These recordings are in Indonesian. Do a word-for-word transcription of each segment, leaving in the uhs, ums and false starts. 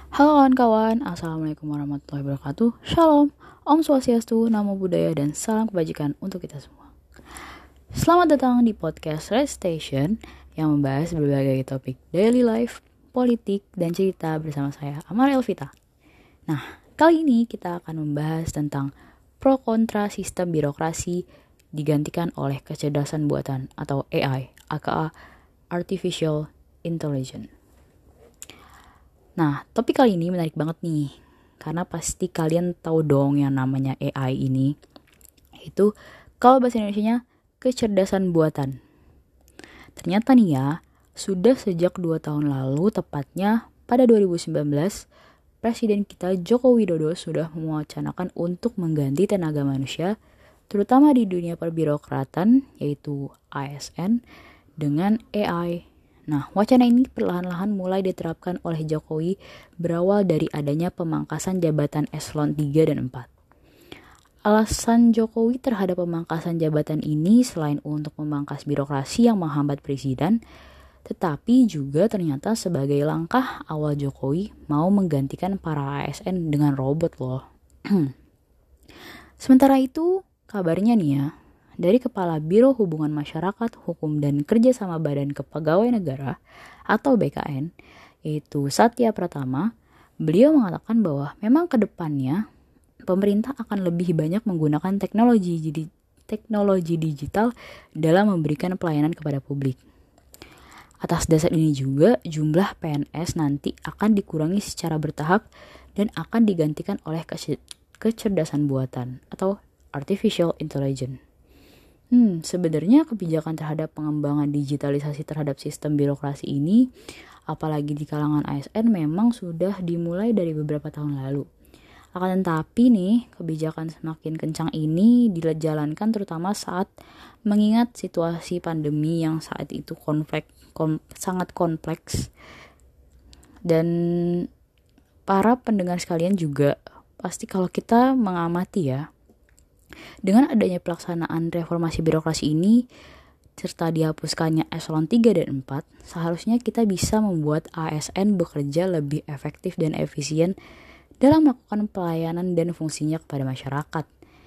Halo kawan-kawan, Assalamualaikum warahmatullahi wabarakatuh. Shalom, Om Swastiastu, Namo Buddhaya, dan salam kebajikan untuk kita semua. Selamat datang di podcast Red Station yang membahas berbagai topik daily life, politik, dan cerita bersama saya, Amar Elvita. Nah, kali ini kita akan membahas tentang pro kontra sistem birokrasi digantikan oleh kecerdasan buatan atau A I, aka Artificial Intelligence. Nah, topik kali ini menarik banget nih, karena pasti kalian tahu dong yang namanya A I ini. Itu kalau bahasa Indonesianya kecerdasan buatan. Ternyata nih ya, sudah sejak dua tahun lalu, tepatnya pada dua ribu sembilan belas, Presiden kita Joko Widodo sudah mewacanakan untuk mengganti tenaga manusia, terutama di dunia perbirokratan, yaitu A S N, dengan A I. Nah, wacana ini perlahan-lahan mulai diterapkan oleh Jokowi berawal dari adanya pemangkasan jabatan eselon tiga dan empat. Alasan Jokowi terhadap pemangkasan jabatan ini selain untuk memangkas birokrasi yang menghambat presiden, tetapi juga ternyata sebagai langkah awal Jokowi mau menggantikan para A S N dengan robot loh. Sementara itu, kabarnya nih ya, dari Kepala Biro Hubungan Masyarakat, Hukum dan Kerjasama Badan Kepegawaian Negara atau B K N, yaitu Satya Pratama, beliau mengatakan bahwa memang ke depannya pemerintah akan lebih banyak menggunakan teknologi jadi teknologi digital dalam memberikan pelayanan kepada publik. Atas dasar ini juga jumlah P N S nanti akan dikurangi secara bertahap dan akan digantikan oleh kecerdasan buatan atau Artificial Intelligence. Hmm, sebenarnya kebijakan terhadap pengembangan digitalisasi terhadap sistem birokrasi ini, apalagi di kalangan A S N, memang sudah dimulai dari beberapa tahun lalu. Akan tetapi nih, kebijakan semakin kencang ini dijalankan terutama saat mengingat situasi pandemi yang saat itu konflik, kom, sangat kompleks. Dan para pendengar sekalian juga, pasti kalau kita mengamati ya, dengan adanya pelaksanaan reformasi birokrasi ini, serta dihapuskannya eselon tiga dan empat, seharusnya kita bisa membuat A S N bekerja lebih efektif dan efisien dalam melakukan pelayanan dan fungsinya kepada masyarakat.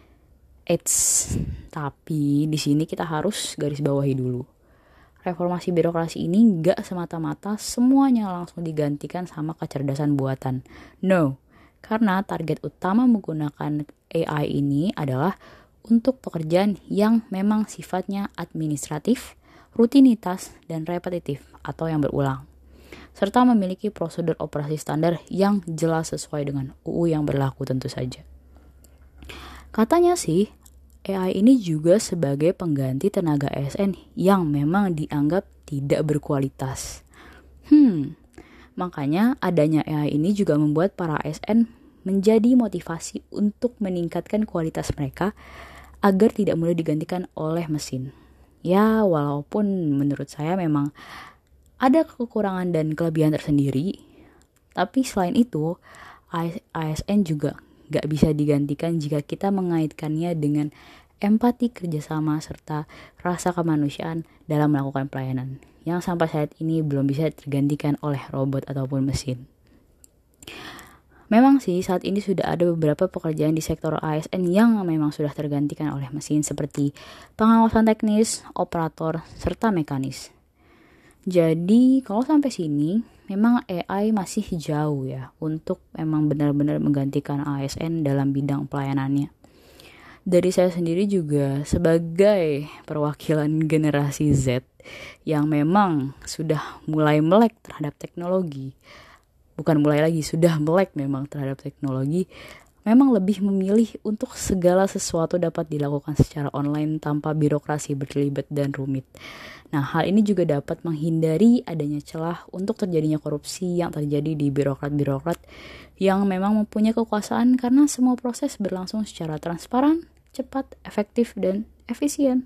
Eits, tapi di sini kita harus garis bawahi dulu. Reformasi birokrasi ini gak semata-mata semuanya langsung digantikan sama kecerdasan buatan. No, karena target utama menggunakan A I ini adalah untuk pekerjaan yang memang sifatnya administratif, rutinitas, dan repetitif atau yang berulang, serta memiliki prosedur operasi standar yang jelas sesuai dengan U U yang berlaku tentu saja. Katanya sih, A I ini juga sebagai pengganti tenaga A S N yang memang dianggap tidak berkualitas. Hmm, makanya adanya A I ini juga membuat para A S N menjadi motivasi untuk meningkatkan kualitas mereka agar tidak mudah digantikan oleh mesin. Ya, walaupun menurut saya memang ada kekurangan dan kelebihan tersendiri, tapi selain itu, A S N juga gak bisa digantikan jika kita mengaitkannya dengan empati, kerjasama, serta rasa kemanusiaan dalam melakukan pelayanan, yang sampai saat ini belum bisa tergantikan oleh robot ataupun mesin. Memang sih saat ini sudah ada beberapa pekerjaan di sektor A S N yang memang sudah tergantikan oleh mesin seperti pengawasan teknis, operator, serta mekanis. Jadi kalau sampai sini memang A I masih jauh ya untuk memang benar-benar menggantikan A S N dalam bidang pelayanannya. Dari saya sendiri juga sebagai perwakilan generasi Z yang memang sudah mulai melek terhadap teknologi, bukan mulai lagi, sudah melek memang terhadap teknologi, memang lebih memilih untuk segala sesuatu dapat dilakukan secara online tanpa birokrasi berlibat dan rumit. Nah, hal ini juga dapat menghindari adanya celah untuk terjadinya korupsi yang terjadi di birokrat-birokrat yang memang mempunyai kekuasaan karena semua proses berlangsung secara transparan, cepat, efektif, dan efisien.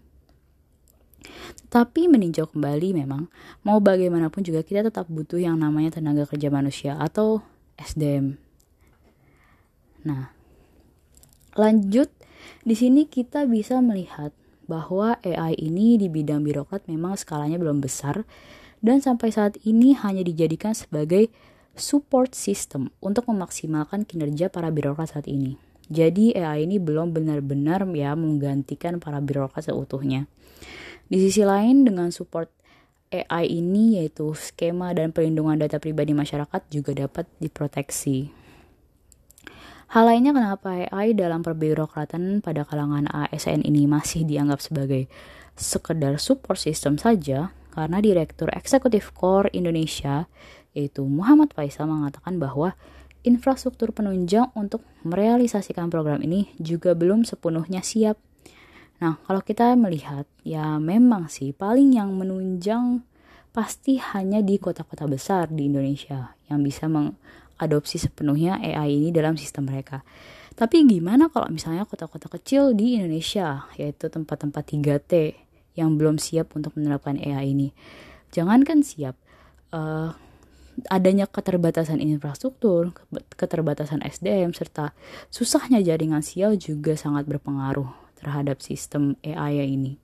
Tapi meninjau kembali memang, mau bagaimanapun juga kita tetap butuh yang namanya tenaga kerja manusia atau S D M. Nah, lanjut, di sini kita bisa melihat bahwa A I ini di bidang birokrat memang skalanya belum besar dan sampai saat ini hanya dijadikan sebagai support system untuk memaksimalkan kinerja para birokrat saat ini. Jadi A I ini belum benar-benar ya menggantikan para birokrat seutuhnya. Di sisi lain, dengan support A I ini yaitu skema dan perlindungan data pribadi masyarakat juga dapat diproteksi. Hal lainnya kenapa A I dalam perbirokratan pada kalangan A S N ini masih dianggap sebagai sekedar support system saja, karena Direktur Eksekutif Core Indonesia yaitu Muhammad Faisal mengatakan bahwa infrastruktur penunjang untuk merealisasikan program ini juga belum sepenuhnya siap. Nah, kalau kita melihat, ya memang sih paling yang menunjang pasti hanya di kota-kota besar di Indonesia yang bisa mengadopsi sepenuhnya A I ini dalam sistem mereka. Tapi gimana kalau misalnya kota-kota kecil di Indonesia, yaitu tempat-tempat tiga T yang belum siap untuk menerapkan A I ini? Jangankan siap, uh, adanya keterbatasan infrastruktur, keterbatasan S D M, serta susahnya jaringan sial juga sangat berpengaruh terhadap sistem A I ini.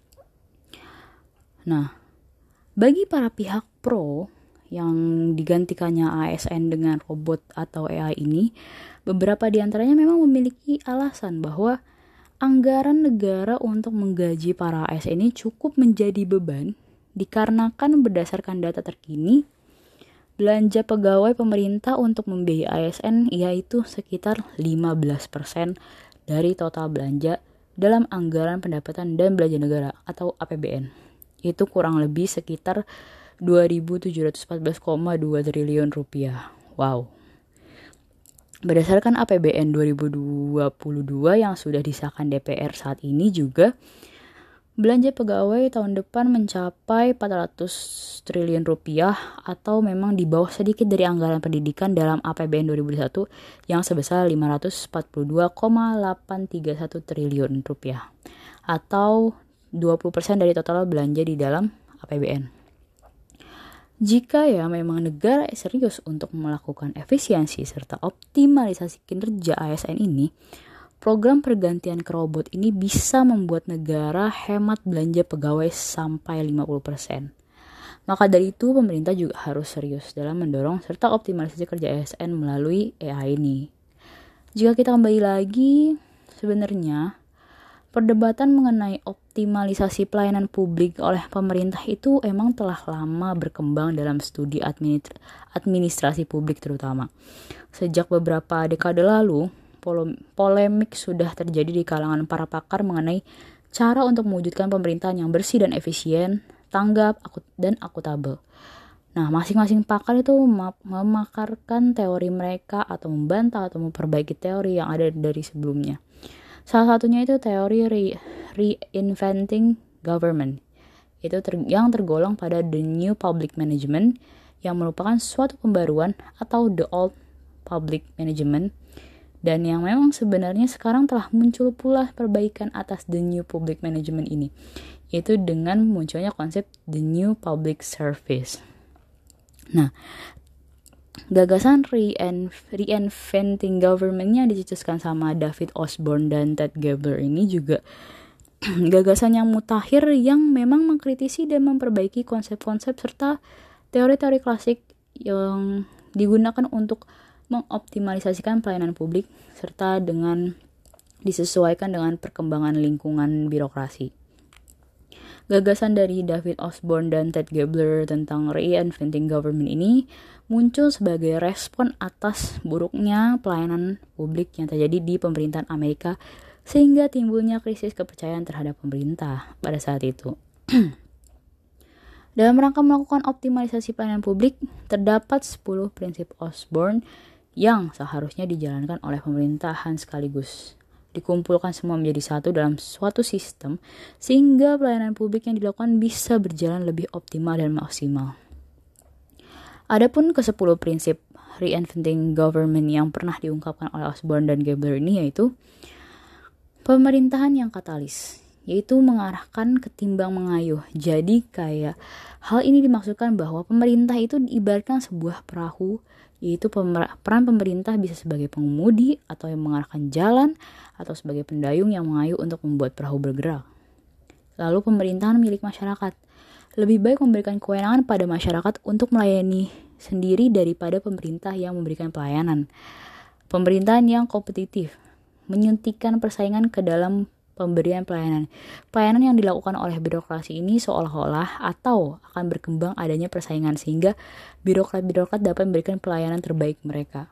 Nah, bagi para pihak pro yang digantikannya A S N dengan robot atau A I ini, beberapa di antaranya memang memiliki alasan bahwa anggaran negara untuk menggaji para A S N ini cukup menjadi beban dikarenakan berdasarkan data terkini, belanja pegawai pemerintah untuk membiayai A S N yaitu sekitar lima belas persen dari total belanja dalam anggaran pendapatan dan belanja negara atau A P B N. Itu kurang lebih sekitar dua ribu tujuh ratus empat belas koma dua triliun rupiah. Wow. Berdasarkan A P B N dua ribu dua puluh dua yang sudah disahkan D P R saat ini juga, belanja pegawai tahun depan mencapai empat ratus triliun rupiah atau memang di bawah sedikit dari anggaran pendidikan dalam A P B N dua ribu dua puluh satu yang sebesar lima ratus empat puluh dua koma delapan tiga satu triliun rupiah atau dua puluh persen dari total belanja di dalam A P B N. Jika ya memang negara serius untuk melakukan efisiensi serta optimalisasi kinerja A S N ini, program pergantian ke robot ini bisa membuat negara hemat belanja pegawai sampai lima puluh persen. Maka dari itu pemerintah juga harus serius dalam mendorong serta optimalisasi kerja A S N melalui A I ini. Jika kita kembali lagi, sebenarnya perdebatan mengenai optimalisasi pelayanan publik oleh pemerintah itu emang telah lama berkembang dalam studi administrasi publik terutama. Sejak beberapa dekade lalu, polemik sudah terjadi di kalangan para pakar mengenai cara untuk mewujudkan pemerintahan yang bersih dan efisien, tanggap, dan akuntabel. Nah, masing-masing pakar itu memakarkan teori mereka atau membantah atau memperbaiki teori yang ada dari sebelumnya. Salah satunya itu teori re- reinventing government. Itu ter- yang tergolong pada the new public management yang merupakan suatu pembaruan atau the old public management. Dan yang memang sebenarnya sekarang telah muncul pula perbaikan atas the new public management ini, yaitu dengan munculnya konsep the new public service. Nah, gagasan reinventing government-nya dicetuskan sama David Osborne dan Ted Gabler ini juga gagasan yang mutakhir yang memang mengkritisi dan memperbaiki konsep-konsep serta teori-teori klasik yang digunakan untuk mengoptimalisasikan pelayanan publik serta dengan disesuaikan dengan perkembangan lingkungan birokrasi. Gagasan dari David Osborne dan Ted Gabler tentang reinventing government ini muncul sebagai respon atas buruknya pelayanan publik yang terjadi di pemerintahan Amerika sehingga timbulnya krisis kepercayaan terhadap pemerintah pada saat itu. Dalam rangka melakukan optimalisasi pelayanan publik, terdapat sepuluh prinsip Osborne yang seharusnya dijalankan oleh pemerintahan sekaligus dikumpulkan semua menjadi satu dalam suatu sistem sehingga pelayanan publik yang dilakukan bisa berjalan lebih optimal dan maksimal. Adapun ke sepuluh prinsip reinventing government yang pernah diungkapkan oleh Osborne dan Gabler ini yaitu pemerintahan yang katalis, yaitu mengarahkan ketimbang mengayuh. Jadi kayak hal ini dimaksudkan bahwa pemerintah itu diibaratkan sebuah perahu, yaitu pemer- peran pemerintah bisa sebagai pengemudi atau yang mengarahkan jalan atau sebagai pendayung yang mengayuh untuk membuat perahu bergerak. Lalu pemerintahan milik masyarakat. Lebih baik memberikan kewenangan pada masyarakat untuk melayani sendiri daripada pemerintah yang memberikan pelayanan. Pemerintahan yang kompetitif menyuntikkan persaingan ke dalam pemberian pelayanan. Pelayanan yang dilakukan oleh birokrasi ini seolah-olah atau akan berkembang adanya persaingan sehingga birokrat-birokrat dapat memberikan pelayanan terbaik mereka.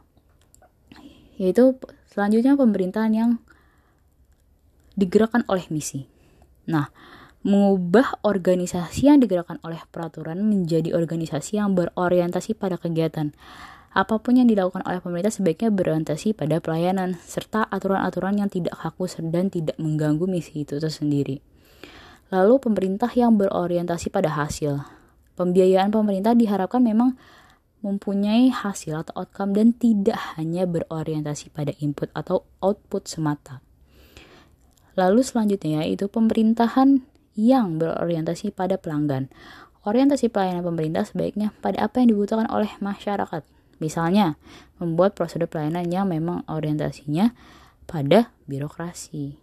Yaitu selanjutnya pemerintahan yang digerakkan oleh misi. Nah, mengubah organisasi yang digerakkan oleh peraturan menjadi organisasi yang berorientasi pada kegiatan. Apapun yang dilakukan oleh pemerintah sebaiknya berorientasi pada pelayanan, serta aturan-aturan yang tidak kaku dan tidak mengganggu misi itu tersendiri. Lalu pemerintah yang berorientasi pada hasil. Pembiayaan pemerintah diharapkan memang mempunyai hasil atau outcome dan tidak hanya berorientasi pada input atau output semata. Lalu selanjutnya yaitu pemerintahan yang berorientasi pada pelanggan. Orientasi pelayanan pemerintah sebaiknya pada apa yang dibutuhkan oleh masyarakat. Misalnya, membuat prosedur pelayanan yang memang orientasinya pada birokrasi.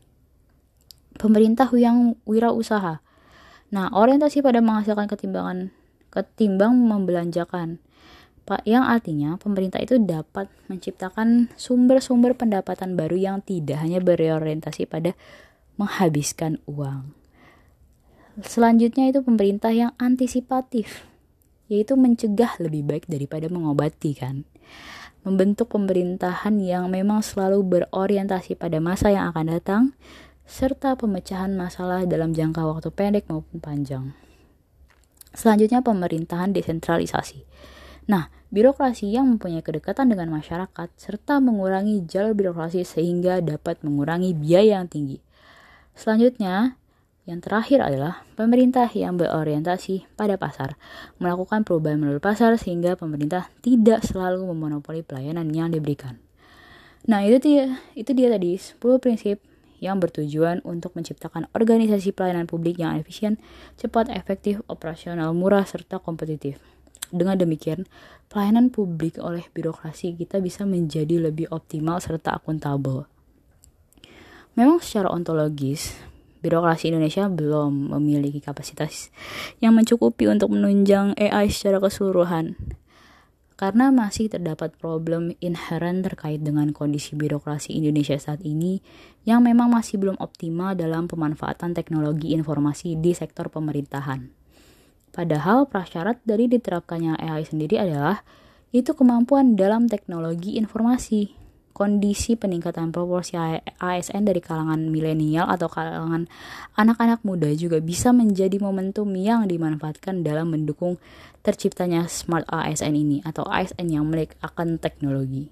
Pemerintah yang wirausaha. Nah, orientasi pada menghasilkan ketimbangan ketimbang membelanjakan. Pak, yang artinya pemerintah itu dapat menciptakan sumber-sumber pendapatan baru yang tidak hanya berorientasi pada menghabiskan uang. Selanjutnya itu pemerintah yang antisipatif, yaitu mencegah lebih baik daripada mengobati kan. Membentuk pemerintahan yang memang selalu berorientasi pada masa yang akan datang, serta pemecahan masalah dalam jangka waktu pendek maupun panjang. Selanjutnya pemerintahan desentralisasi. Nah, birokrasi yang mempunyai kedekatan dengan masyarakat, serta mengurangi jalur birokrasi sehingga dapat mengurangi biaya yang tinggi. Selanjutnya, yang terakhir adalah pemerintah yang berorientasi pada pasar, melakukan perubahan melalui pasar sehingga pemerintah tidak selalu memonopoli pelayanan yang diberikan. Nah, itu dia, itu dia tadi sepuluh prinsip yang bertujuan untuk menciptakan organisasi pelayanan publik yang efisien, cepat, efektif, operasional, murah, serta kompetitif. Dengan demikian, pelayanan publik oleh birokrasi kita bisa menjadi lebih optimal serta akuntabel. Memang secara ontologis, birokrasi Indonesia belum memiliki kapasitas yang mencukupi untuk menunjang A I secara keseluruhan. Karena masih terdapat problem inheren terkait dengan kondisi birokrasi Indonesia saat ini yang memang masih belum optimal dalam pemanfaatan teknologi informasi di sektor pemerintahan. Padahal prasyarat dari diterapkannya A I sendiri adalah itu kemampuan dalam teknologi informasi. Kondisi peningkatan proporsi A S N dari kalangan milenial atau kalangan anak-anak muda juga bisa menjadi momentum yang dimanfaatkan dalam mendukung terciptanya smart A S N ini atau A S N yang melek akan teknologi.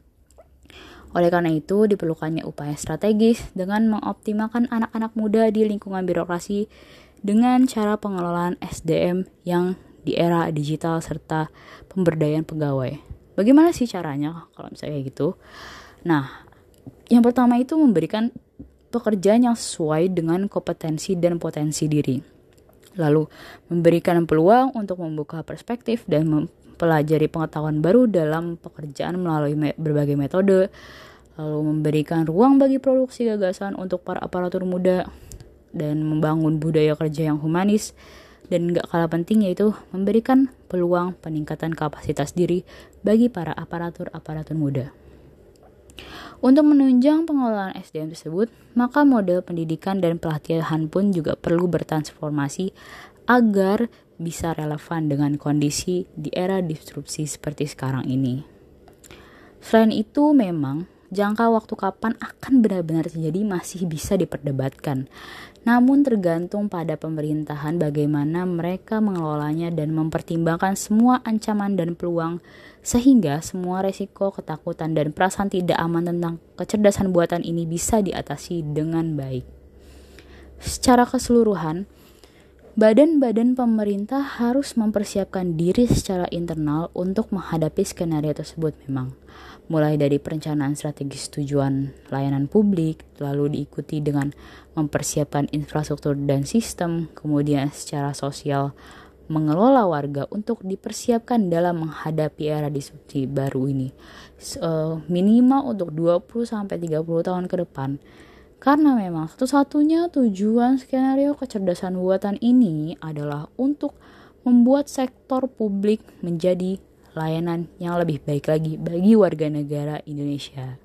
Oleh karena itu, diperlukannya upaya strategis dengan mengoptimalkan anak-anak muda di lingkungan birokrasi dengan cara pengelolaan S D M yang di era digital serta pemberdayaan pegawai. Bagaimana sih caranya kalau misalnya gitu? Nah, yang pertama itu memberikan pekerjaan yang sesuai dengan kompetensi dan potensi diri. Lalu, memberikan peluang untuk membuka perspektif dan mempelajari pengetahuan baru dalam pekerjaan melalui me- berbagai metode. Lalu, memberikan ruang bagi produksi gagasan untuk para aparatur muda dan membangun budaya kerja yang humanis. Dan gak kalah penting yaitu memberikan peluang peningkatan kapasitas diri bagi para aparatur-aparatur muda. Untuk menunjang pengelolaan S D M tersebut, maka model pendidikan dan pelatihan pun juga perlu bertransformasi agar bisa relevan dengan kondisi di era disrupsi seperti sekarang ini. Selain itu, memang jangka waktu kapan akan benar-benar terjadi masih bisa diperdebatkan. Namun tergantung pada pemerintahan bagaimana mereka mengelolanya dan mempertimbangkan semua ancaman dan peluang sehingga semua resiko, ketakutan, dan perasaan tidak aman tentang kecerdasan buatan ini bisa diatasi dengan baik. Secara keseluruhan, badan-badan pemerintah harus mempersiapkan diri secara internal untuk menghadapi skenario tersebut memang. Mulai dari perencanaan strategis tujuan layanan publik, lalu diikuti dengan mempersiapkan infrastruktur dan sistem, kemudian secara sosial mengelola warga untuk dipersiapkan dalam menghadapi era disrupsi baru ini. Uh, minimal untuk dua puluh sampai tiga puluh tahun ke depan. Karena memang satu-satunya tujuan skenario kecerdasan buatan ini adalah untuk membuat sektor publik menjadi layanan yang lebih baik lagi bagi warga negara Indonesia.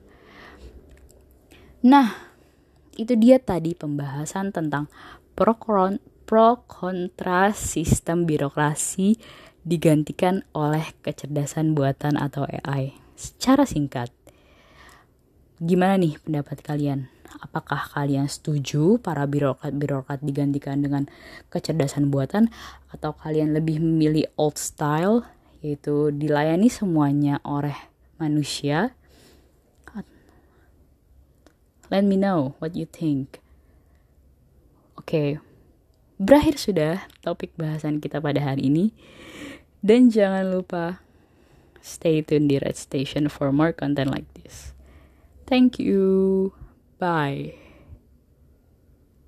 Nah, itu dia tadi pembahasan tentang pro, pro kontra sistem birokrasi digantikan oleh kecerdasan buatan atau A I. Secara singkat, gimana nih pendapat kalian? Apakah kalian setuju para birokrat-birokrat digantikan dengan kecerdasan buatan, atau kalian lebih memilih old style, yaitu dilayani semuanya oleh manusia? Let me know what you think. Oke, okay. Berakhir sudah topik bahasan kita pada hari ini. Dan jangan lupa stay tuned di Red Station for more content like this. Thank you. Bye.